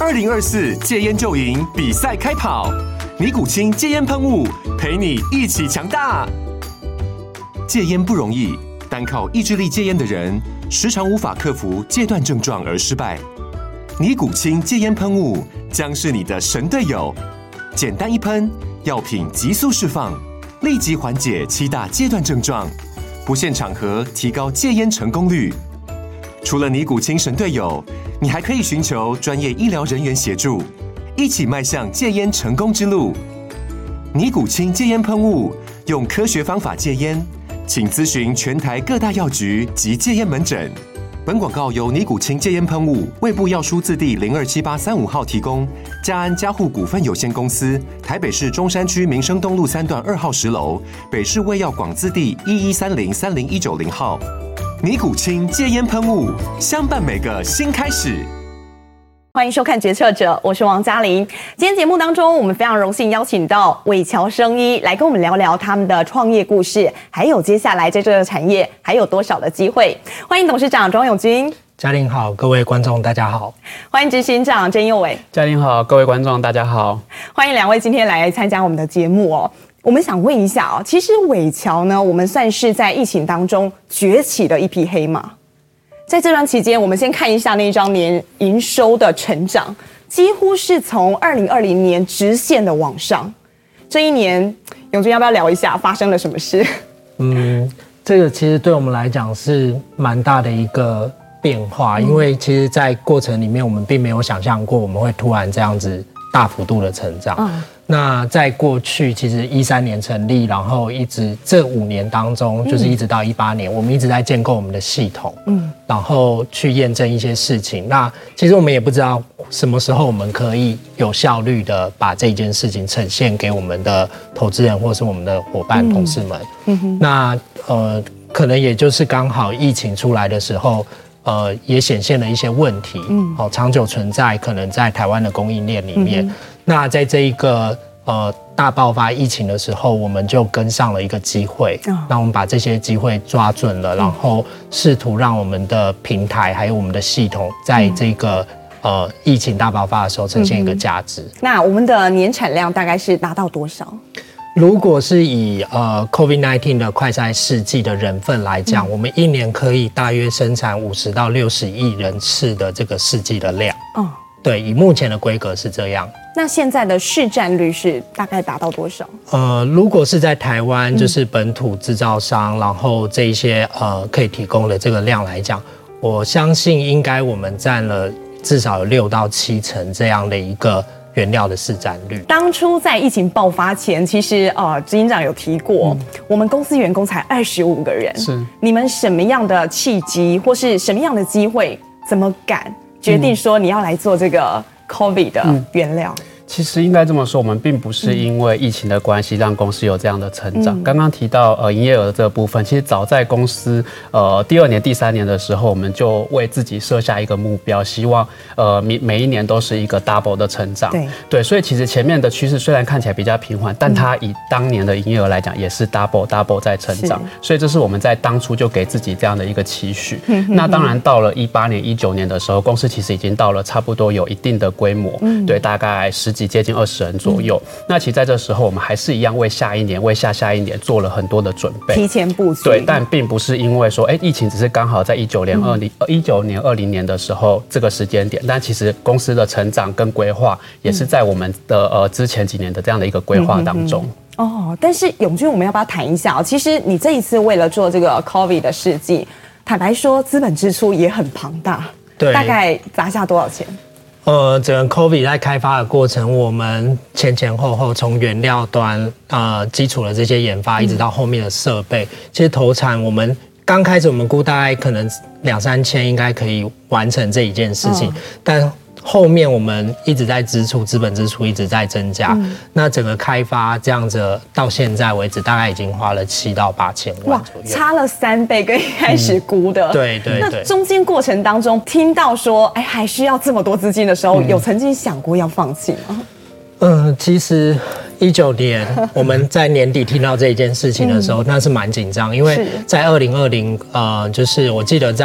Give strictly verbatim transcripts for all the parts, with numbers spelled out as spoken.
二零二四戒烟就赢比赛开跑，尼古清戒烟喷雾陪你一起强大。戒烟不容易，单靠意志力戒烟的人，时常无法克服戒断症状而失败。尼古清戒烟喷雾将是你的神队友，简单一喷，药品急速释放，立即缓解七大戒断症状，不限场合提高戒烟成功率。除了尼古清神队友，你还可以寻求专业医疗人员协助，一起迈向戒烟成功之路。尼古清戒烟喷雾，用科学方法戒烟，请咨询全台各大药局及戒烟门诊。本广告由尼古清戒烟喷雾、卫部药书字第零二七八三五号提供。嘉安嘉护股份有限公司，台北市中山区民生东路三段二号十楼，北市卫药广字第一一三零三零一九零号。尼古清戒烟喷雾，相伴每个新开始。 欢迎收看《决策者》，我是王嘉玲。今天节目当中，我们非常荣幸邀请到伟侨生医来跟我们聊聊他们的创业故事，还有接下来在这个产业还有多少的机会。欢迎董事长庄永钧。 嘉玲好，各位观众大家好。 欢迎执行长曾佑伟。 嘉玲好，各位观众大家好。 欢迎两位今天来参加我们的节目哦。我们想问一下哦，其实伟侨呢，我们算是在疫情当中崛起的一匹黑马。在这段期间，我们先看一下那张年营收的成长，几乎是从二零二零年直线的往上。这一年，永钧要不要聊一下发生了什么事？ 嗯，这个其实对我们来讲是蛮大的一个变化，因为其实，在过程里面，我们并没有想象过我们会突然这样子大幅度的成长。嗯那在过去，其实一三年成立，然后一直这五年当中，就是一直到一八年，我们一直在建构我们的系统，嗯，然后去验证一些事情。那其实我们也不知道什么时候我们可以有效率的把这件事情呈现给我们的投资人或是我们的伙伴、同事们。嗯哼，那呃，可能也就是刚好疫情出来的时候。呃，也显现了一些问题，嗯，哦，长久存在，可能在台湾的供应链里面。嗯、那在这一个呃大爆发疫情的时候，我们就跟上了一个机会，哦、那我们把这些机会抓准了，嗯、然后试图让我们的平台还有我们的系统，在这个、嗯、呃疫情大爆发的时候呈现一个价值。嗯、 那我们的年产量大概是达到多少？ 如果是以呃 COVID 十九 的快筛试剂的人份来讲，嗯、我们一年可以大约生产五十到六十亿人次的这个试剂的量。哦，对，以目前的规格是这样。 那现在的市占率是大概达到多少？ 呃，如果是在台湾，就是本土制造商，嗯、然后这一些呃可以提供的这个量来讲，我相信应该我们占了至少有六到七成这样的一个。原料的市占率。 当初在疫情爆发前，其实呃，执行长有提过，嗯、我们公司员工才二十五个人。是，你们什么样的契机，或是什么样的机会，怎么敢决定说你要来做这个 COVID 的原料？嗯其实应该这么说，我们并不是因为疫情的关系让公司有这样的成长。刚刚提到呃营业额的这个部分，其实早在公司呃第二年、第三年的时候，我们就为自己设下一个目标，希望呃每每一年都是一个 double 的成长。对对，所以其实前面的趋势虽然看起来比较平缓，但它以当年的营业额来讲，也是 double double 在成长。所以这是我们在当初就给自己这样的一个期许。那当然到了一八年、一九年的时候，公司其实已经到了差不多有一定的规模，嗯、对，大概十几。接近二十人左右。嗯、那其实在这时候，我们还是一样为下一年、为下下一年做了很多的准备， 提前布局。 对，但并不是因为说，哎，疫情只是刚好在一九年、二零、一九年、二零年的时候这个时间点，但其实公司的成长跟规划也是在我们的呃之前几年的这样的一个规划当中。 嗯、哦，但是永钧，我们要不要谈一下？其实你这一次为了做这个 COVID 的试剂，坦白说，资本支出也很庞大，对，大概砸下多少钱？ 呃，整个 COVID 在开发的过程，我们前前后后从原料端呃基础的这些研发，一直到后面的设备，嗯、其实投产我们刚开始我们估大概可能两三千应该可以完成这一件事情，嗯、但后面我们一直在支出，资本支出一直在增加。嗯、那整个开发这样子到现在为止，大概已经花了七到八千万左右， 差了三倍跟一开始估的。 嗯、对对对。 那中间过程当中听到说，哎，还需要这么多资金的时候，嗯、有曾经想过要放弃吗？ 嗯、呃，其实一九年我们在年底听到这一件事情的时候，嗯、那是蛮紧张，因为在二零二零，呃，就是我记得在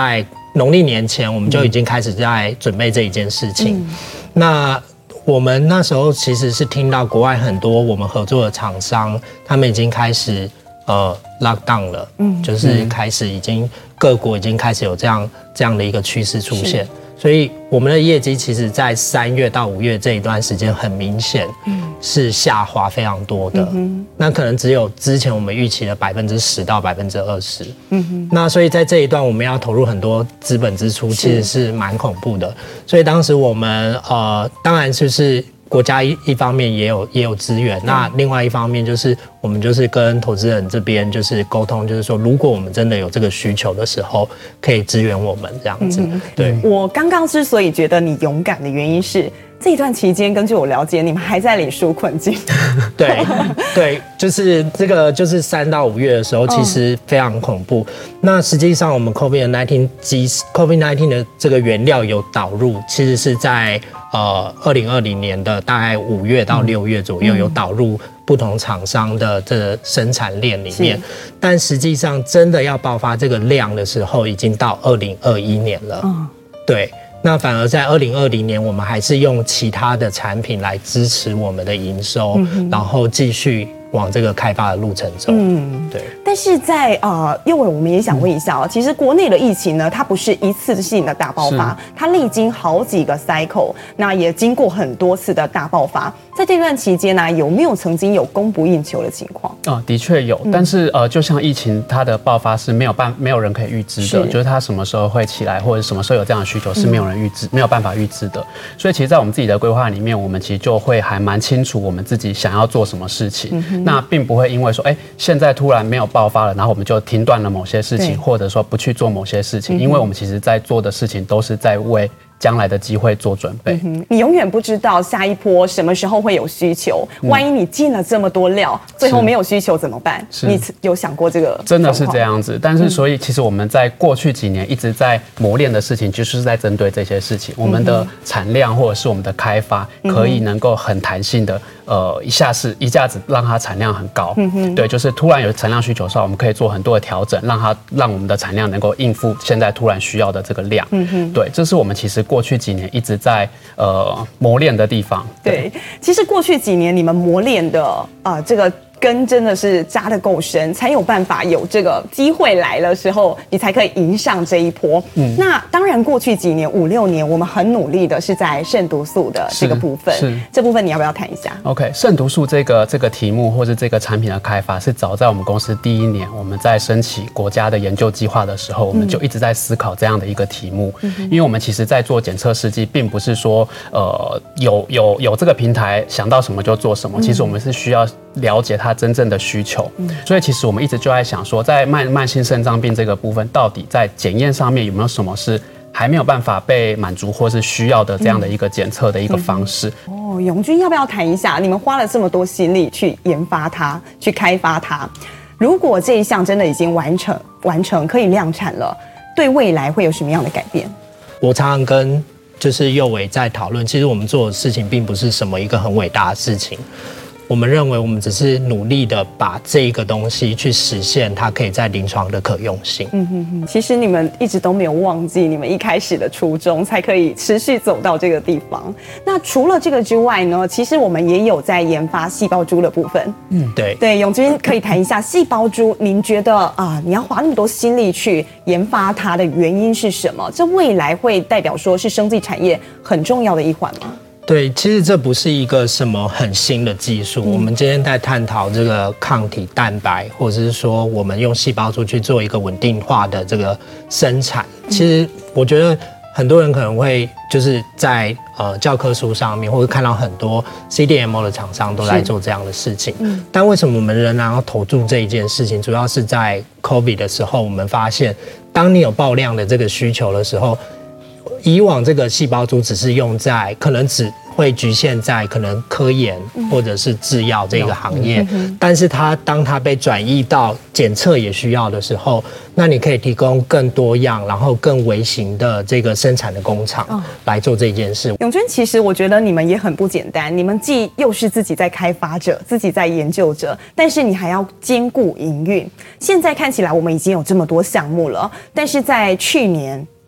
农历年前，我们就已经开始在准备这一件事情。嗯、那我们那时候其实是听到国外很多我们合作的厂商，他们已经开始呃 lock down 了，嗯，就是开始已经各国已经开始有这样这样的一个趋势出现。所以我们的业绩其实在三月到五月这一段时间很明显是下滑非常多的，嗯、那可能只有之前我们预期的百分之十到百分之二十。那所以在这一段我们要投入很多资本支出，其实是蛮恐怖的。所以当时我们呃，当然就是国家一一方面也有也有资源，那另外一方面就是我们就是跟投资人这边就是沟通，就是说如果我们真的有这个需求的时候，可以支援我们这样子。嗯、对， 我刚刚之所以觉得你勇敢的原因是，这一段期间根据我了解，你们还在领纾困金。 对对，就是这个就是三到五月的时候，其实非常恐怖。嗯、那实际上我们 COVID 十九 COVID 十九 的这个原料有导入，其实是在呃二零二零年的大概五月到六月左右有导入不同厂商的这个生产链里面，但实际上真的要爆发这个量的时候，已经到二零二一年了。嗯、对。那反而在二零二零年，我们还是用其他的产品来支持我们的营收，嗯、然后继续往这个开发的路程走。嗯，对。 但是在呃，右伟，我们也想问一下哦，嗯、其实国内的疫情呢，它不是一次性的大爆发，它历经好几个 cycle， 那也经过很多次的大爆发。在这段期间呢、啊，有没有曾经有供不应求的情况？ 啊、呃，的确有，但是呃，就像疫情它的爆发是没有办没有人可以预知的，是就是它什么时候会起来，或者什么时候有这样的需求是没有人预知，嗯、没有办法预知的。所以其实，在我们自己的规划里面，我们其实就会还蛮清楚我们自己想要做什么事情。嗯、那并不会因为说，哎、欸，现在突然没有爆发了，然后我们就停断了某些事情，或者说不去做某些事情，嗯、因为我们其实在做的事情都是在为将来的机会做准备。 嗯、你永远不知道下一波什么时候会有需求，嗯、万一你进了这么多料，最后没有需求怎么办？你有想过这个？ 真的是这样子。但是所以其实我们在过去几年一直在磨练的事情，就是在针对这些事情，嗯、我们的产量或者是我们的开发，可以能够很弹性的，呃，一下是一下子让它产量很高。嗯、对，就是突然有产量需求的时候，我们可以做很多的调整，让它让我们的产量能够应付现在突然需要的这个量。嗯、对，这是我们其实过去几年一直在呃磨练的地方。 对，对，其实过去几年你们磨练的呃这个根真的是扎得够深，才有办法有这个机会来的时候，你才可以迎上这一波。嗯，那当然，过去几年五六年，我们很努力的是在肾毒素的这个部分。是，这部分你要不要谈一下 ？OK， 肾毒素这个这个题目或是这个产品的开发，是早在我们公司第一年我们在申请国家的研究计划的时候，我们就一直在思考这样的一个题目。嗯、因为我们其实在做检测试剂，并不是说呃有有有这个平台想到什么就做什么，其实我们是需要了解它真正的需求，嗯、所以其实我们一直就在想说，在慢慢性肾脏病这个部分，到底在检验上面有没有什么是还没有办法被满足或是需要的这样的一个检测的一个方式？ 嗯、哦，永鈞要不要谈一下？你们花了这么多心力去研发它，去开发它，如果这一项真的已经完成完成可以量产了，对未来会有什么样的改变？ 我常常跟就是佑伟在讨论，其实我们做的事情并不是什么一个很伟大的事情。我们认为，我们只是努力的把这个东西去实现，它可以在临床的可用性。嗯哼哼，其实你们一直都没有忘记你们一开始的初衷，才可以持续走到这个地方。那除了这个之外呢，其实我们也有在研发细胞株的部分。嗯，对对，永鈞可以谈一下细胞株，您觉得啊、呃，你要花那么多心力去研发它的原因是什么？这未来会代表说是生技产业很重要的一环吗？ 对，其实这不是一个什么很新的技术。嗯、我们今天在探讨这个抗体蛋白，或者是说我们用细胞株去做一个稳定化的这个生产。嗯、其实我觉得很多人可能会就是在呃教科书上面，或者看到很多 C D M O 的厂商都在做这样的事情。嗯、但为什么我们仍然要投注这一件事情？主要是在 COVID 的时候，我们发现，当你有爆量的这个需求的时候，以往这个细胞株只是用在可能只会局限在可能科研或者是制药这个行业，嗯、但是它当它被转移到检测也需要的时候，那你可以提供更多样，然后更微型的这个生产的工厂来做这件事。 永鈞，其实我觉得你们也很不简单，你们既又是自己在开发者，自己在研究者，但是你还要兼顾营运。现在看起来我们已经有这么多项目了，但是在去年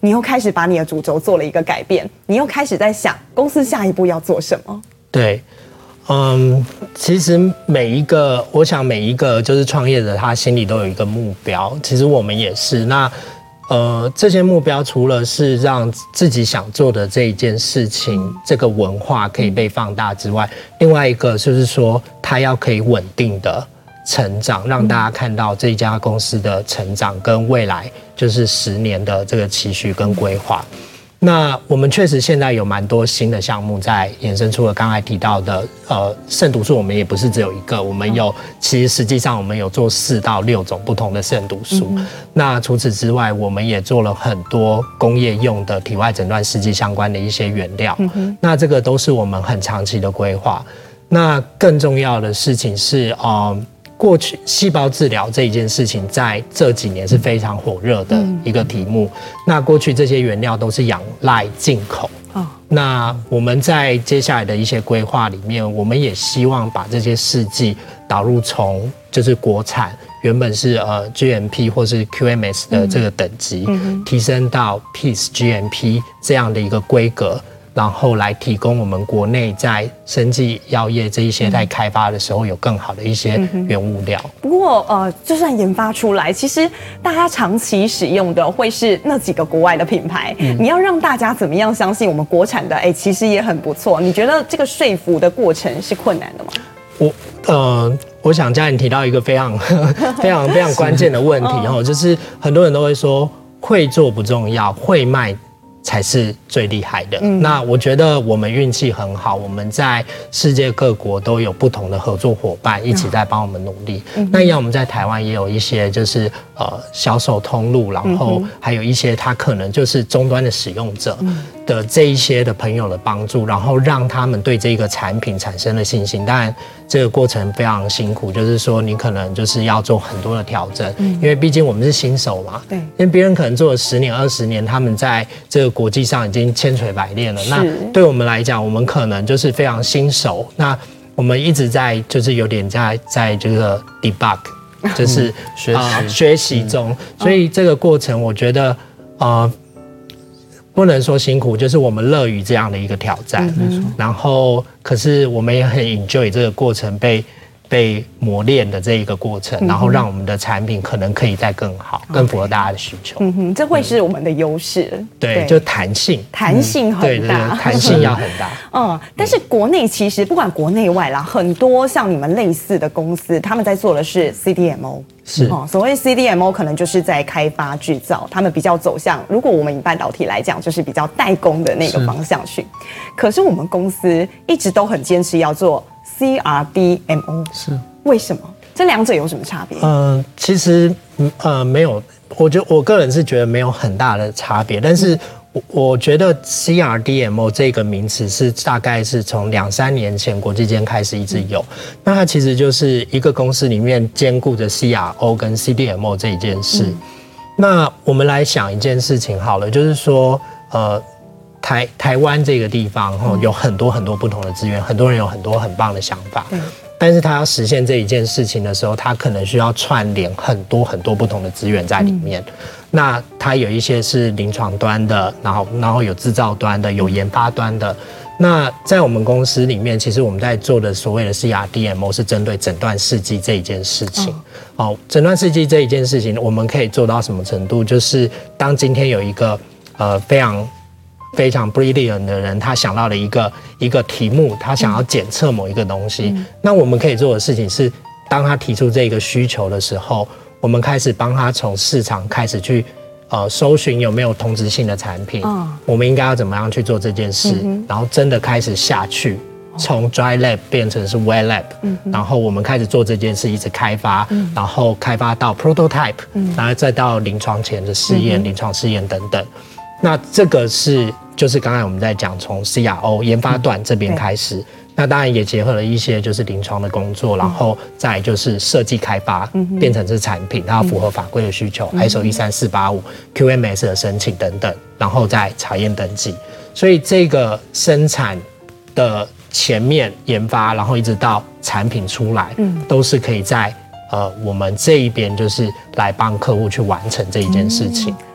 你又开始把你的主轴做了一个改变，你又开始在想公司下一步要做什么？ 对。嗯，其实每一个，我想每一个就是创业者，他心里都有一个目标。其实我们也是。那呃，这些目标除了是让自己想做的这一件事情，这个文化可以被放大之外，另外一个就是说，他要可以稳定的成长，让大家看到这一家公司的成长跟未来就是十年的这个期许跟规划。那我们确实现在有蛮多新的项目在衍生出了刚才提到的，呃，肾毒素我们也不是只有一个，我们有其实实际上我们有做四到六种不同的肾毒素。嗯、那除此之外，我们也做了很多工业用的体外诊断试剂相关的一些原料。嗯、那这个都是我们很长期的规划。那更重要的事情是，呃。过去细胞治疗这一件事情，在这几年是非常火热的一个题目。嗯、那过去这些原料都是仰赖进口。哦、那我们在接下来的一些规划里面，我们也希望把这些试剂导入从就是国产原本是呃 G M P 或是 Q M S 的这个等级，嗯、提升到 P E A C E G M P 这样的一个规格。然后来提供我们国内在生技药业这一些在开发的时候有更好的一些原物料。 不过呃，就算研发出来，其实大家长期使用的会是那几个国外的品牌。嗯、你要让大家怎么样相信我们国产的？哎，其实也很不错。你觉得这个说服的过程是困难的吗？ 我呃，我想嘉颖提到一个非常非常非常关键的问题哦，就是很多人都会说会做不重要，会卖才是最厉害的。嗯、那我觉得我们运气很好，我们在世界各国都有不同的合作伙伴一起在帮我们努力。嗯、那一样我们在台湾也有一些就是呃销售通路，然后还有一些他可能就是终端的使用者的这一些的朋友的帮助，然后让他们对这个产品产生了信心。当然这个过程非常辛苦，就是说你可能就是要做很多的调整，嗯、因为毕竟我们是新手嘛。对，因为别人可能做了十年、二十年，他们在这个国际上已经千锤百炼了。那对我们来讲，我们可能就是非常新手。那我们一直在就是有点在在这个 debug， 就是学习、呃、学习中。所以这个过程，我觉得呃。不能说辛苦，就是我们乐于这样的一个挑战。嗯、然后，可是我们也很 enjoy 这个过程被被磨练的这一个过程，嗯、然后让我们的产品可能可以再更好，嗯、更符合大家的需求。嗯哼，这会是我们的优势。 对，对就弹性， 弹性很大，嗯、对对对弹性要很大。 嗯，但是国内其实不管国内外啦，很多像你们类似的公司，他们在做的是 C D M O。 是、 哦，所谓 C D M O 可能就是在开发制造，他们比较走向，如果我们以半导体来讲，就是比较代工的那个方向去。可是我们公司一直都很坚持要做 C R D M O， 是为什么？这两者有什么差别？ 呃，其实呃没有，我觉得我个人是觉得没有很大的差别，但是。嗯我我觉得 C R D M O 这个名词是大概是从两三年前国际间开始一直有，嗯、那它其实就是一个公司里面兼顾着 C R O 跟 C D M O 这一件事。嗯、那我们来想一件事情好了，就是说，呃，台台湾这个地方哦，有很多很多不同的资源，很多人有很多很棒的想法。嗯但是他要实现这一件事情的时候，他可能需要串联很多很多不同的资源在里面。嗯、那他有一些是临床端的，然后然后有制造端的，有研发端的。那在我们公司里面，其实我们在做的所谓的 C R D M O 是针对诊断试剂这一件事情。哦，诊断试剂这一件事情，我们可以做到什么程度？就是当今天有一个呃非常。非常 brilliant 的人，他想到了一个一个题目，他想要检测某一个东西。嗯、那我们可以做的事情是，当他提出这个需求的时候，我们开始帮他从市场开始去呃搜寻有没有同质性的产品。哦、我们应该要怎么样去做这件事？嗯、然后真的开始下去，从 dry lab 变成是 wet lab，嗯、然后我们开始做这件事，一直开发，嗯、然后开发到 prototype，嗯、然后再到临床前的试验、嗯、临床试验等等。那这个是就是刚才我们在讲从 C R O 研发段这边开始，嗯、那当然也结合了一些就是临床的工作，嗯、然后再就是设计开发，嗯、变成是产品，它要符合法规的需求，嗯、I S O 一三四八五 Q M S 的申请等等，然后再查验登记。所以这个生产的前面研发，然后一直到产品出来，嗯、都是可以在呃我们这一边就是来帮客户去完成这一件事情。嗯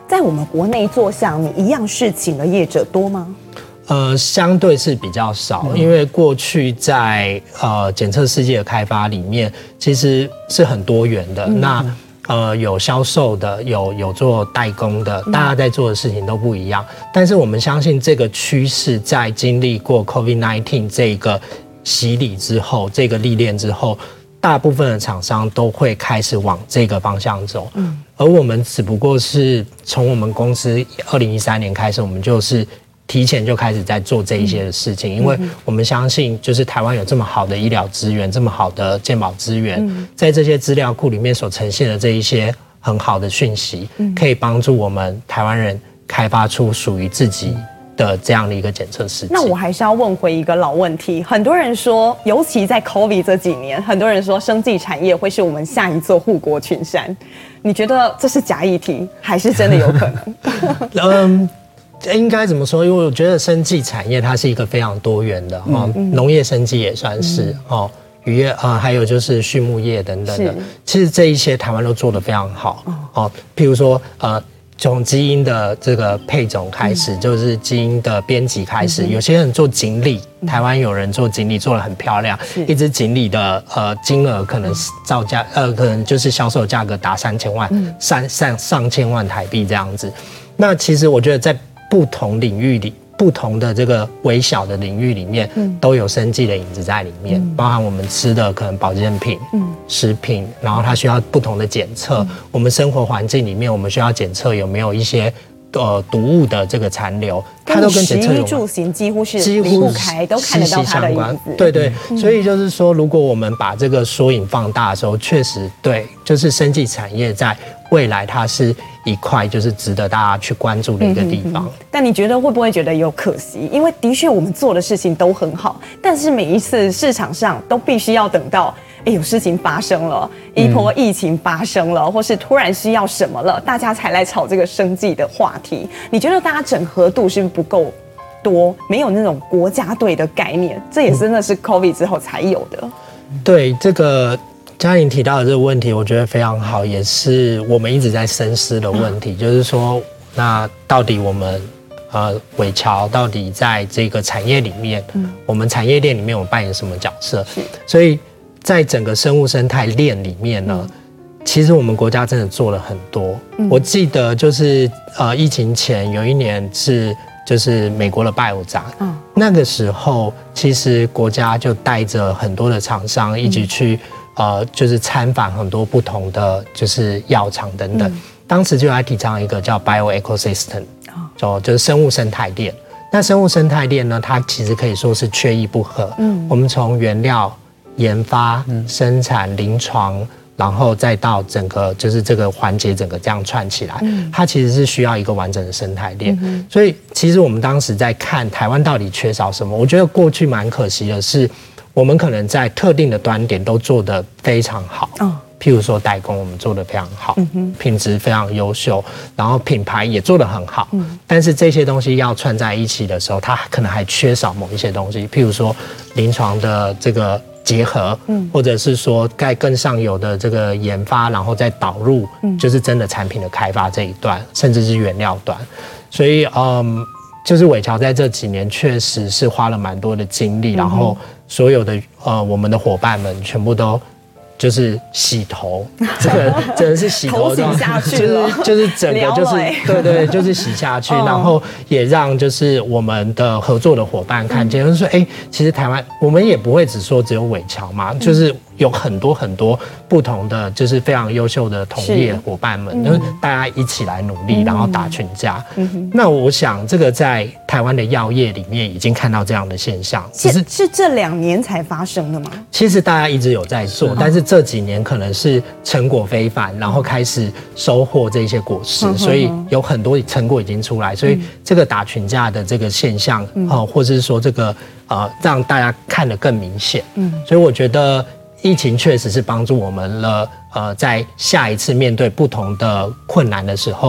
在我们国内做像你一样事情的业者多吗？ 呃，相对是比较少，嗯、因为过去在呃检测试剂的开发里面，其实是很多元的。嗯、那呃有销售的，有有做代工的，大家在做的事情都不一样。嗯、但是我们相信这个趋势，在经历过 COVID 十九 这个洗礼之后，这个历练之后，大部分的厂商都会开始往这个方向走。嗯，而我们只不过是从我们公司二零一三年开始，我们就是提前就开始在做这一些的事情，因为我们相信，就是台湾有这么好的医疗资源，这么好的健保资源，在这些资料库里面所呈现的这一些很好的讯息，可以帮助我们台湾人开发出属于自己的这样的一个检测试剂。 那我还是要问回一个老问题，很多人说，尤其在 COVID 这几年，很多人说生技产业会是我们下一座护国群山，你觉得这是假议题，还是真的有可能？ 嗯。应该怎么说？因为我觉得生技产业它是一个非常多元的哈，嗯、农业生技也算是、嗯、哦，渔业啊、呃，还有就是畜牧业等等的。其实这一些台湾都做得非常好哦。譬如说呃，从基因的这个配种开始，嗯、就是基因的编辑开始，嗯、有些人做锦鲤，台湾有人做锦鲤做得很漂亮，一只锦鲤的呃金额可能造价呃可能就是销售价格达三千万，嗯、三上上千万台币这样子。那其实我觉得在不同领域里，不同的这个微小的领域里面，嗯、都有生技的影子在里面，嗯、包含我们吃的可能保健品、嗯、食品，然后它需要不同的检测。嗯、我们生活环境里面，我们需要检测有没有一些呃毒物的这个残留，它都跟检测有关。食衣住行几乎是离不开，都看得到它的影子。对对，嗯、所以就是说，如果我们把这个缩影放大的时候，确实对，就是生技产业在未来它是一块就是值得大家去关注的一个地方。嗯嗯嗯、但你觉得会不会觉得有可惜？因为的确我们做的事情都很好，但是每一次市场上都必须要等到哎有事情发生了，一波疫情发生了，嗯、或是突然需要什么了，大家才来炒这个生技的话题。你觉得大家整合度是不是不够多？没有那种国家队的概念，这也真的是 COVID 之后才有的。嗯、对这个。嘉玲提到的这个问题，我觉得非常好，也是我们一直在深思的问题。嗯、就是说，那到底我们呃伟侨到底在这个产业里面，嗯、我们产业链里面我们扮演什么角色？所以在整个生物生态链里面呢，嗯、其实我们国家真的做了很多。嗯、我记得就是呃疫情前有一年是就是美国的拜欧展，嗯、那个时候其实国家就带着很多的厂商一起去。嗯呃，就是参访很多不同的就是药厂等等，嗯、当时就来提倡一个叫 bio ecosystem，就就是生物生态链。那生物生态链呢，它其实可以说是缺一不可。嗯，我们从原料研发、嗯、生产、临床，然后再到整个就是这个环节整个这样串起来，嗯、它其实是需要一个完整的生态链。嗯、所以其实我们当时在看台湾到底缺少什么，我觉得过去蛮可惜的是。我们可能在特定的端点都做得非常好，哦、譬如说代工，我们做得非常好，嗯、品质非常优秀，然后品牌也做得很好，嗯、但是这些东西要串在一起的时候，它可能还缺少某一些东西，譬如说临床的这个结合，嗯、或者是说在更上游的这个研发，然后再导入，就是真的产品的开发这一段，甚至是原料端，所以嗯。就是伟侨在这几年确实是花了蛮多的精力，嗯、然后所有的呃我们的伙伴们全部都就是洗头，这个真的是洗头，头洗下去了，就是就是整个就是对对，就是洗下去，然后也让就是我们的合作的伙伴看见，就是说哎，其实台湾我们也不会只说只有伟侨嘛，嗯、就是有很多很多不同的就是非常优秀的同业伙伴们，就是大家一起来努力，嗯、然后打群架。嗯、那我想这个在台湾的药业里面已经看到这样的现象，只是是这两年才发生的吗？其实大家一直有在做，但是这几年可能是成果非凡，然后开始收获这些果实，嗯、所以有很多成果已经出来，所以这个打群架的这个现象，嗯、或者是说这个呃让大家看得更明显。嗯，所以我觉得。疫情确实是帮助我们了，呃，在下一次面对不同的困难的时候，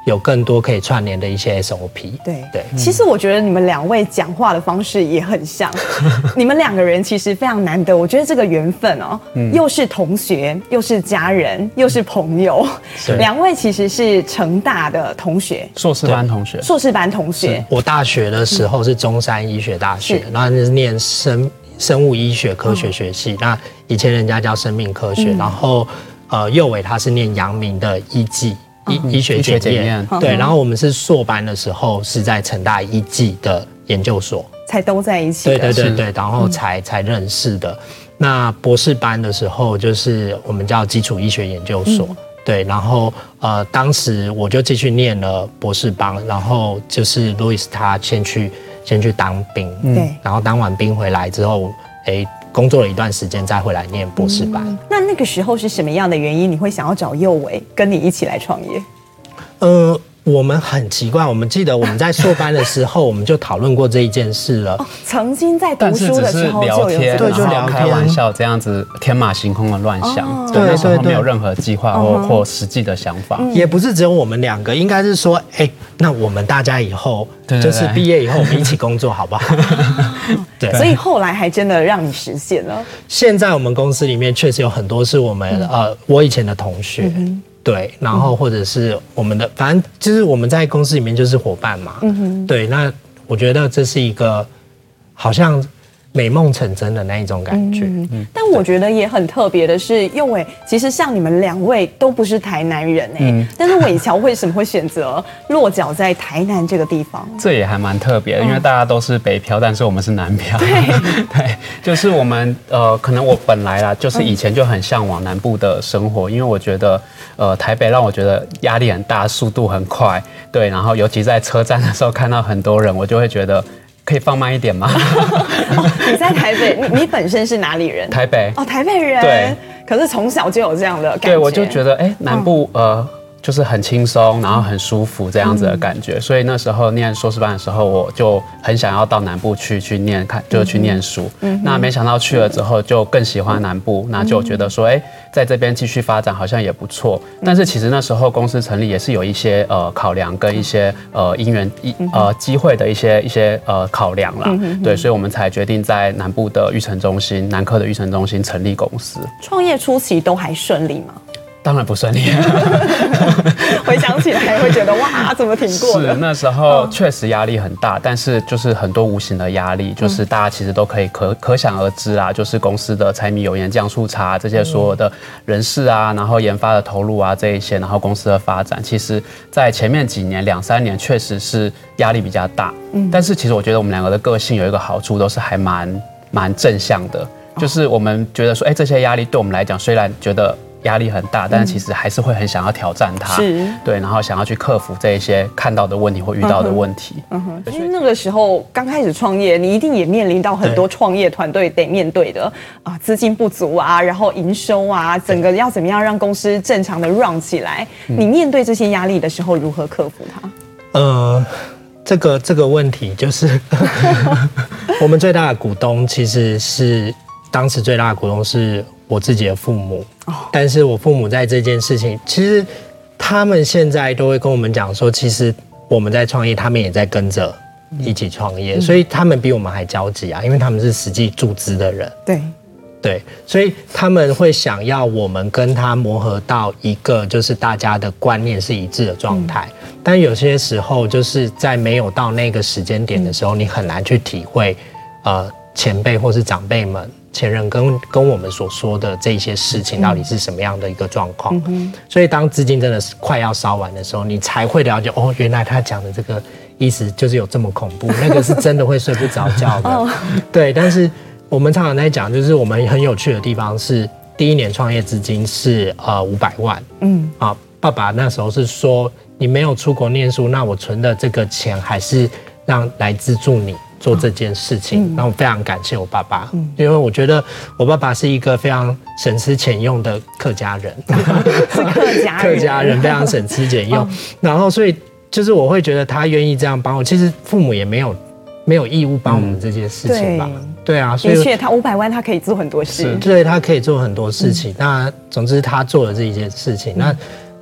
有更多可以串联的一些 S O P。 对对， 其实我觉得你们两位讲话的方式也很像，你们两个人其实非常难得。我觉得这个缘分哦，嗯、又是同学，又是家人，又是朋友。两位其实是成大的同学， 硕士班同学， 硕士班同学。 我大学的时候是中山医学大学，然后是念生生物医学科学学系，嗯、那以前人家叫生命科学，嗯、然后呃佑伟他是念阳明的医技。医医学检验，对，然后我们是硕班的时候是在成大医技的研究所， 才都在一起的， 对对对对，然后才、嗯、才认识的。那博士班的时候就是我们叫基础医学研究所，嗯、对，然后呃当时我就继续念了博士班，然后就是 Louis 他先去先去当兵，对、嗯，然后当完兵回来之后，哎。工作了一段时间，再回来念博士班。嗯、 那那个时候是什么样的原因，你会想要找佑伟跟你一起来创业？ 呃，我们很奇怪，我们记得我们在硕班的时候，我们就讨论过这一件事了。 哦，曾经在读书的时候就有天， 对，就聊开玩笑这样子，天马行空的乱想。哦、对，那时候没有任何计划或、嗯、或实际的想法、 嗯。也不是只有我们两个，应该是说，哎、欸，那我们大家以后。对对对，就是毕业以后我们一起工作好不好？ 对，所以后来还真的让你实现了。 现在我们公司里面确实有很多是我们、嗯、呃我以前的同学，嗯、对，然后或者是我们的，反正就是我们在公司里面就是伙伴嘛。嗯哼，对，那我觉得这是一个好像美梦成真的那一种感觉。嗯嗯、但我觉得也很特别的是，佑伟其实像你们两位都不是台南人哎、欸，嗯、但是伟乔为什么会选择落脚在台南这个地方？ 这也还蛮特别的，因为大家都是北漂，但是我们是南漂。对对，就是我们呃，可能我本来啦，就是以前就很向往南部的生活，因为我觉得呃台北让我觉得压力很大，速度很快，对，然后尤其在车站的时候看到很多人，我就会觉得。可以放慢一点吗？ 哦、你在台北，你你本身是哪里人？ 台北。 哦，台北人。对。可是从小就有这样的感觉。 对，我就觉得，哎、欸，南部、嗯、呃。就是很轻松，然后很舒服这样子的感觉，嗯、所以那时候念硕士班的时候，我就很想要到南部去去念，看就是去念书。嗯、那没想到去了之后，就更喜欢南部，那、嗯、就觉得说，哎、欸，在这边继续发展好像也不错。嗯、但是其实那时候公司成立也是有一些呃考量跟一些呃因缘一呃机会的一些一些呃考量啦。嗯、对，所以我们才决定在南部的育成中心，南科的育成中心成立公司。 创业初期都还顺利吗？ 当然不顺利， 回想起来会觉得哇，怎么挺过的？ 是那时候确实压力很大，但是就是很多无形的压力，就是大家其实都可以可可想而知啊，就是公司的柴米油盐酱醋茶这些所有的人事啊，然后研发的投入啊这一些，然后公司的发展，其实在前面几年两三年确实是压力比较大，嗯，但是其实我觉得我们两个的个性有一个好处，都是还蛮蛮正向的，就是我们觉得说，哎、欸，这些压力对我们来讲，虽然觉得。压力很大，但是其实还是会很想要挑战它，是，对，然后想要去克服这一些看到的问题或遇到的问题。嗯哼， 因为那个时候刚开始创业，你一定也面临到很多创业团队得面对的啊，资金不足啊，然后营收啊，整个要怎么样让公司正常的 run 起来？你面对这些压力的时候，如何克服它？ 呃，这个这个问题就是我们最大的股东其实是当时最大的股东是。我自己的父母，但是我父母在这件事情，其实他们现在都会跟我们讲说，其实我们在创业，他们也在跟着一起创业，嗯、所以他们比我们还焦急啊，因为他们是实际注资的人。 对对，所以他们会想要我们跟他磨合到一个就是大家的观念是一致的状态，嗯、但有些时候就是在没有到那个时间点的时候，嗯、你很难去体会，呃，前辈或是长辈们。前人跟跟我们所说的这些事情到底是什么样的一个状况？嗯、所以当资金真的是快要烧完的时候，你才会了解哦，原来他讲的这个意思就是有这么恐怖，那个是真的会睡不着觉的。哦、对，但是我们常常在讲，就是我们很有趣的地方是，第一年创业资金是呃五百万，嗯啊，爸爸那时候是说你没有出国念书，那我存的这个钱还是让来资助你。做这件事情，那、嗯、我非常感谢我爸爸，嗯、因为我觉得我爸爸是一个非常省吃俭用的客家人， 是客家人， 客家人非常省吃俭用，哦、然后所以就是我会觉得他愿意这样帮我，其实父母也没有没有义务帮我们这件事情吧，嗯、对, 对啊， 所以的确他五百万他可以做很多事， 对，他可以做很多事情，嗯、那总之他做了这一件事情，嗯、那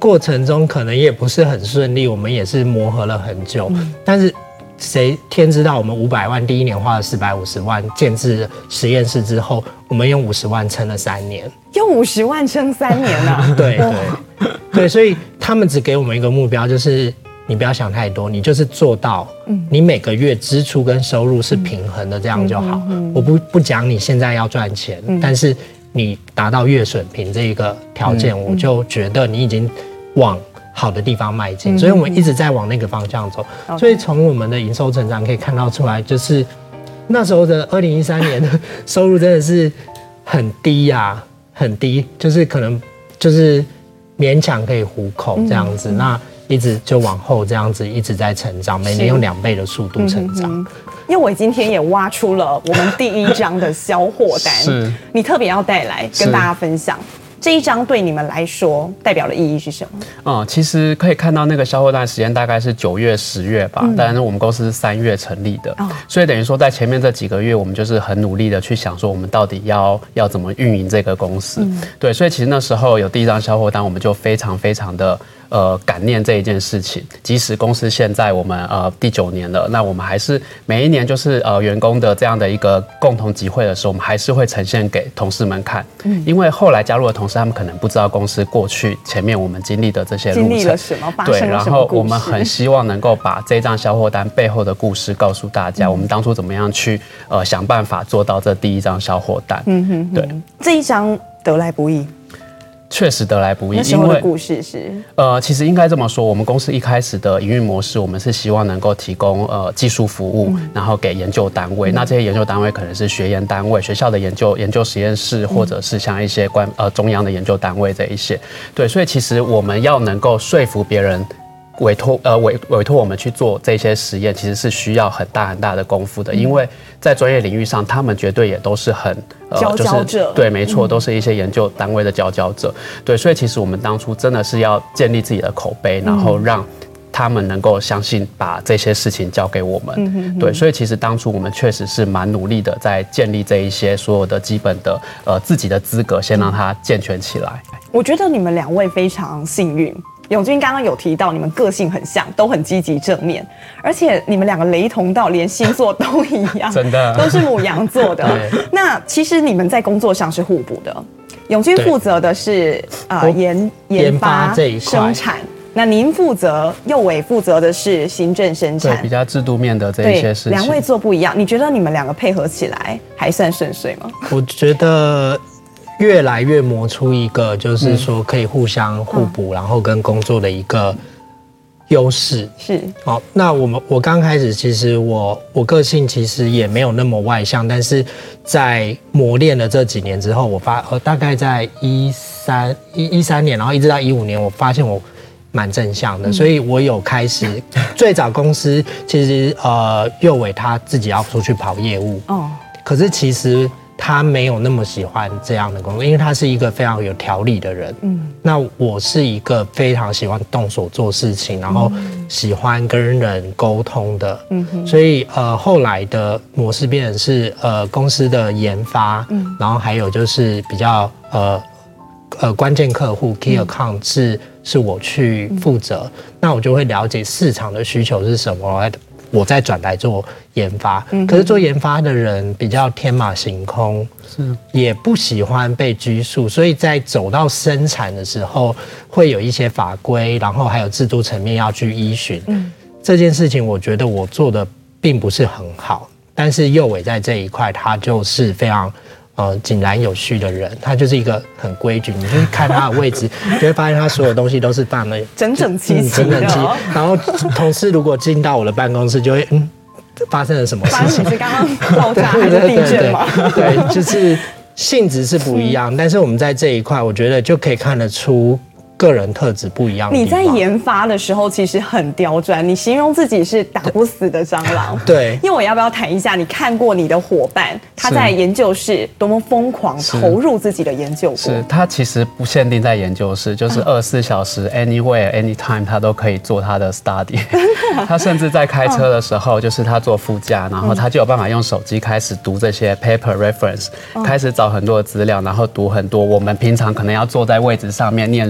过程中可能也不是很顺利，我们也是磨合了很久，嗯、但是。谁天知道我们五百万第一年花了四百五十万建制实验室之后，我们用五十万撑了三年， 用五十万撑三年啊！ 对对对，所以他们只给我们一个目标，就是你不要想太多，你就是做到，你每个月支出跟收入是平衡的，这样就好。我不不讲你现在要赚钱，但是你达到月水平这一个条件，我就觉得你已经往好的地方迈进，所以我们一直在往那个方向走。嗯、所以从我们的营收成长可以看到出来，就是那时候的二零一三年的收入真的是很低呀、啊，很低，就是可能就是勉强可以糊口这样子。嗯、那一直就往后这样子一直在成长，每年用两倍的速度成长。嗯、 因为我今天也挖出了我们第一张的销货单， 是你特别要带来跟大家分享。这一张对你们来说代表的意义是什么？ 嗯，其实可以看到那个销货单时间大概是九月、十月吧，嗯、但是我们公司是三月成立的，哦、所以等于说在前面这几个月，我们就是很努力的去想说，我们到底要要怎么运营这个公司。嗯、对，所以其实那时候有第一张销货单，我们就非常非常的。呃，感念这一件事情，即使公司现在我们呃第九年了，那我们还是每一年就是呃员工的这样的一个共同集会的时候，我们还是会呈现给同事们看。嗯，因为后来加入的同事，他们可能不知道公司过去前面我们经历的这些路程， 经历了什么，发生了什么故事。 对，然后我们很希望能够把这张销货单背后的故事告诉大家，嗯、我们当初怎么样去呃想办法做到这第一张销货单。嗯哼哼，对， 这一张得来不易。 确实得来不易， 那时候的故事是呃，其实应该这么说，我们公司一开始的营运模式，我们是希望能够提供呃技术服务，嗯、然后给研究单位。嗯、那这些研究单位可能是学研单位、学校的研究研究实验室，或者是像一些官呃中央的研究单位这一些。对，所以其实我们要能够说服别人。委托呃委委托我们去做这些实验，其实是需要很大很大的功夫的，因为在专业领域上，他们绝对也都是很呃佼佼者， 对，没错，都是一些研究单位的佼佼者。对，所以其实我们当初真的是要建立自己的口碑，然后让他们能够相信把这些事情交给我们。嗯、哼哼对，所以其实当初我们确实是蛮努力的，在建立这一些所有的基本的呃自己的资格，先让它健全起来。 我觉得你们两位非常幸运。永鈞刚刚有提到，你们个性很像，都很积极正面，而且你们两个雷同到连星座都一样， 真的都是牡羊座的。那其实你们在工作上是互补的。永鈞负责的是呃研研发这一块生产，那您负责右伟负责的是行政生产， 对，比较制度面的这一些事情。 两位做不一样，你觉得你们两个配合起来还算顺遂吗？ 我觉得。越来越磨出一个，就是说可以互相互补，嗯、然后跟工作的一个优势。 是， 好，那我们我刚开始其实我我个性其实也没有那么外向，但是在磨练了这几年之后，我发呃大概在一三一一三年，然后一直到一五年，我发现我蛮正向的，嗯、所以我有开始最早公司其实呃右伟他自己要出去跑业务，哦，可是其实。他没有那么喜欢这样的工作，因为他是一个非常有条理的人。嗯，那我是一个非常喜欢动手做事情，然后喜欢跟人沟通的。嗯哼，所以呃后来的模式变成是呃公司的研发，嗯，然后还有就是比较呃呃关键客户 key account 是是我去负责，嗯、那我就会了解市场的需求是什么。我再转来做研发，可是做研发的人比较天马行空，是也不喜欢被拘束，所以在走到生产的时候，会有一些法规，然后还有制度层面要去依循。嗯，这件事情我觉得我做的并不是很好，但是右伟在这一块，他就是非常。呃，井然有序的人，他就是一个很规矩。你去看他的位置，你就会发现他所有东西都是放的整整齐齐的。 整整齐。然后同事如果进到我的办公室，就会嗯，发生了什么事情？ 是刚刚爆炸还是地震吗？ 对，就是性质是不一样，但是我们在这一块，我觉得就可以看得出。个人特质不一样的地方。 你在研发的时候其实很刁钻，你形容自己是打不死的蟑螂。 对， 因为我要不要谈一下，你看过你的伙伴他在研究室多么疯狂投入自己的研究过？ 是，他其实不限定在研究室，就是二十四小时 anywhere anytime 他都可以做他的 study。他甚至在开车的时候，就是他坐副驾，然后他就有办法用手机开始读这些 paper reference，、嗯、开始找很多的资料，然后读很多我们平常可能要坐在位置上面念书的。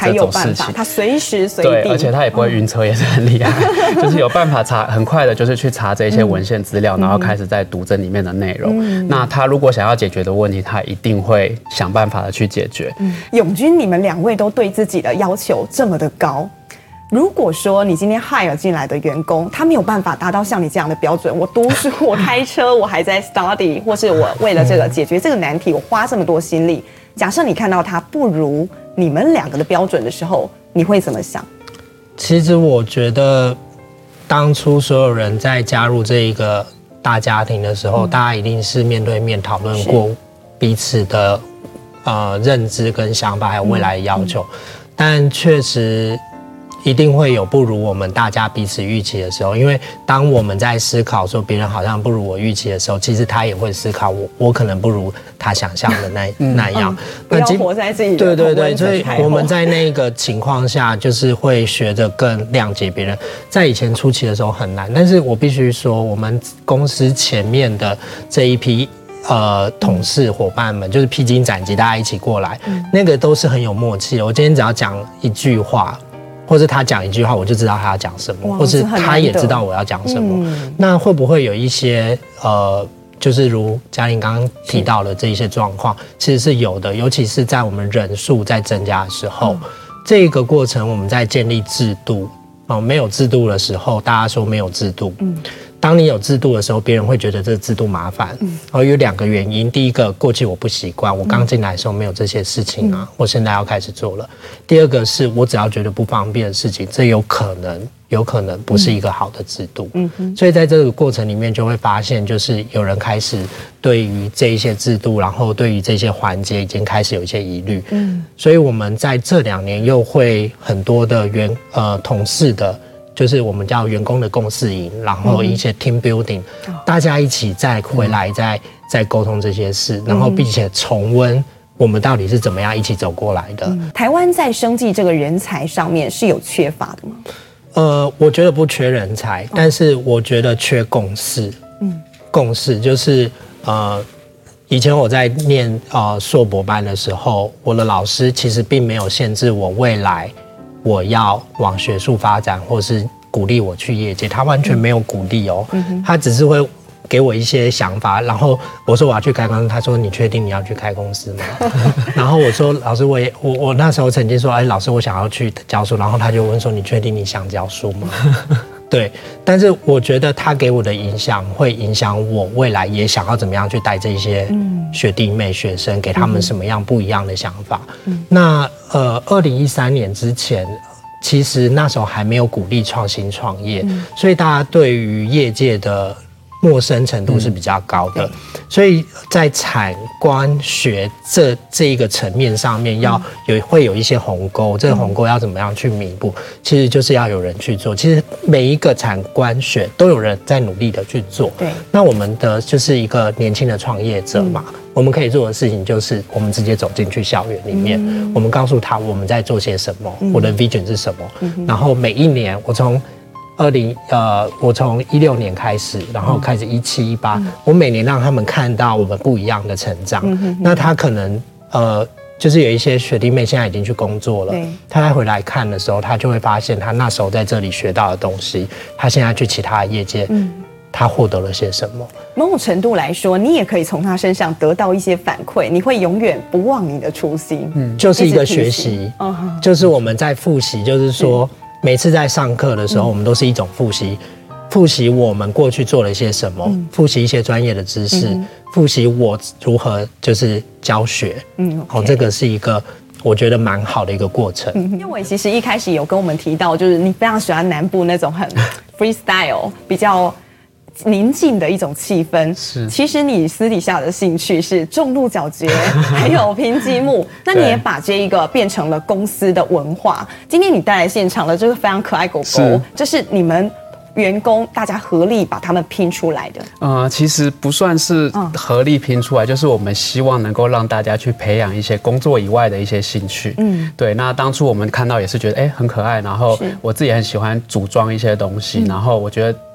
这种事情。 他随时随地， 对，而且他也不会晕车，也是很厉害，就是有办法查很快的，就是去查这些文献资料，然后开始在读这里面的内容。嗯、那他如果想要解决的问题，他一定会想办法的去解决。 嗯、永鈞，你们两位都对自己的要求这么的高。如果说你今天 hire 进来的员工，他没有办法达到像你这样的标准，我读书，我开车，我还在 study， 或是我为了这个解决这个难题，我花这么多心力。假设你看到他不如你们两个的标准的时候，你会怎么想？ 其实我觉得，当初所有人在加入这一个大家庭的时候，嗯、大家一定是面对面讨论过彼此的呃认知跟想法，还有未来的要求，嗯嗯、但确实。一定会有不如我们大家彼此预期的时候，因为当我们在思考说别人好像不如我预期的时候，其实他也会思考我我可能不如他想象的那、嗯、那样。 嗯、不要活在自己的对对对，所以我们在那个情况下，就是会学着更谅解别人。在以前初期的时候很难，但是我必须说，我们公司前面的这一批。呃，同事伙伴们就是披荆斩棘，大家一起过来，嗯、那个都是很有默契的。我今天只要讲一句话。或是他讲一句话，我就知道他要讲什么，或是他也知道我要讲什么。嗯、那会不会有一些呃，就是如嘉玲刚刚提到的这一些状况，其实是有的，尤其是在我们人数在增加的时候，嗯、这个过程我们在建立制度哦，没有制度的时候，大家说没有制度。嗯当你有制度的时候，别人会觉得这个制度麻烦。嗯，而有两个原因，第一个，过去我不习惯，我刚进来的时候没有这些事情啊，嗯、我现在要开始做了。第二个是我只要觉得不方便的事情，这有可能有可能不是一个好的制度。嗯哼，所以在这个过程里面就会发现，就是有人开始对于这一些制度，然后对于这些环节已经开始有一些疑虑。嗯，所以我们在这两年又会很多的员呃同事的。就是我们叫员工的共识营，然后一些 team building，、嗯、大家一起再回来再再沟通这些事，然后并且重温我们到底是怎么样一起走过来的。 嗯、台湾在生技这个人才上面是有缺乏的吗？ 呃，我觉得不缺人才，但是我觉得缺共识。嗯，共识就是呃，以前我在念呃硕博班的时候，我的老师其实并没有限制我未来。我要往学术发展，或是鼓励我去业界，他完全没有鼓励哦，嗯、他只是会给我一些想法，然后我说我要去开公司，他说你确定你要去开公司吗？然后我说老师我也我我那时候曾经说，哎老师我想要去教书，然后他就问说你确定你想教书吗？对，但是我觉得他给我的影响会影响我未来也想要怎么样去带这些学弟妹学生，给他们什么样不一样的想法。嗯、那呃，二零一三年之前，其实那时候还没有鼓励创新创业，嗯、所以大家对于业界的陌生程度是比较高的，嗯、所以在产官学这这一个层面上面，要有会有一些鸿沟，这个鸿沟要怎么样去弥补？其实就是要有人去做。其实每一个产官学都有人在努力的去做。对，那我们的就是一个年轻的创业者嘛，嗯、我们可以做的事情就是我们直接走进去校园里面，嗯、我们告诉他我们在做些什么，嗯、我的 vision 是什么，嗯、然后每一年我从二零呃，我从一六年开始，然后开始一七一八，我每年让他们看到我们不一样的成长。嗯、那他可能呃，就是有一些学弟妹现在已经去工作了，他再回来看的时候，他就会发现他那时候在这里学到的东西，他现在去其他的业界，嗯、他获得了些什么？ 某种程度来说，你也可以从他身上得到一些反馈，你会永远不忘你的初心。嗯， 就是一个学习，嗯、就是我们在复习，就是说。每次在上课的时候，我们都是一种复习，复习我们过去做了一些什么，复习一些专业的知识，复习我如何就是教学。嗯，好，这个是一个我觉得蛮好的一个过程。 因为我其实一开始有跟我们提到，就是你非常喜欢南部那种很 freestyle 比较宁静的一种气氛。是，其实你私底下的兴趣是重鹿角蕨，还有拼积木。那你也把这一个变成了公司的文化。今天你带来现场的这个非常可爱狗狗，这是你们员工大家合力把它们拼出来的。 呃，其实不算是合力拼出来，嗯、就是我们希望能够让大家去培养一些工作以外的一些兴趣。嗯，对。那当初我们看到也是觉得，哎、欸，很可爱。然后我自己也很喜欢组装一些东西，嗯、然后我觉得。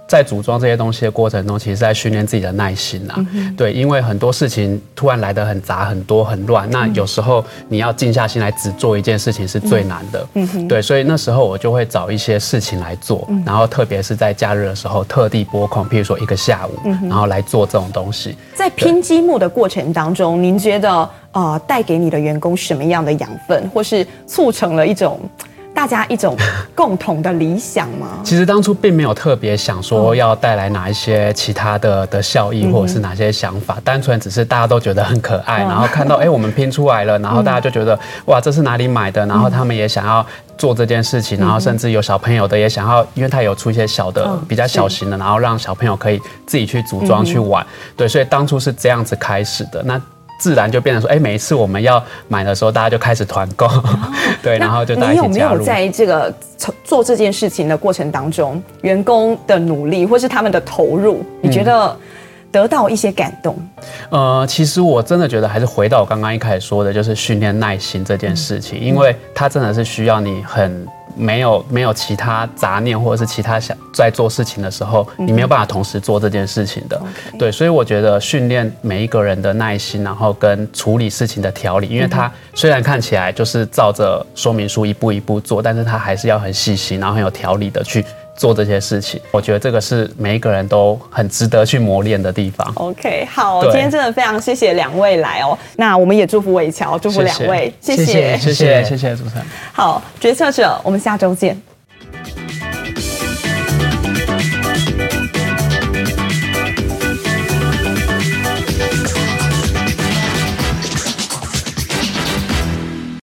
在组装这些东西的过程中，其实在训练自己的耐心啊。嗯、对，因为很多事情突然来得很杂、很多、很乱，那有时候你要静下心来只做一件事情是最难的。嗯嗯、对，所以那时候我就会找一些事情来做，嗯、然后特别是在假日的时候，特地拨空，譬如说一个下午，嗯、然后来做这种东西。 在拼积木的过程当中，您觉得呃带给你的员工什么样的养分，或是促成了一种？大家一种共同的理想吗？ 其实当初并没有特别想说要带来哪一些其他的的效益，或者是哪些想法，嗯、单纯只是大家都觉得很可爱，嗯、然后看到哎、欸、我们拼出来了，然后大家就觉得、嗯、哇这是哪里买的，然后他们也想要做这件事情，然后甚至有小朋友的也想要，因为他有出一些小的、嗯、比较小型的，然后让小朋友可以自己去组装、嗯、去玩，对，所以当初是这样子开始的。那自然就变成说，哎、欸，每一次我们要买的时候，大家就开始团购，哦、对，然后就大家一起加入。你有没有在这个做这件事情的过程当中，员工的努力或是他们的投入，你觉得得到一些感动？ 呃，其实我真的觉得还是回到我刚刚一开始说的，就是训练耐心这件事情，嗯、因为它真的是需要你很。没有没有其他杂念，或者是其他想在做事情的时候，你没有办法同时做这件事情的。Okay. 对，所以我觉得训练每一个人的耐心，然后跟处理事情的条理，因为它虽然看起来就是照着说明书一步一步做，但是它还是要很细心，然后很有条理的去做这些事情。我觉得这个是每一个人都很值得去磨练的地方。 OK， 好，今天真的非常谢谢两位来哦。那我们也祝福伟乔，祝福两位， 谢谢，谢谢，谢谢，谢谢主持人。 好，决策者，我们下周见。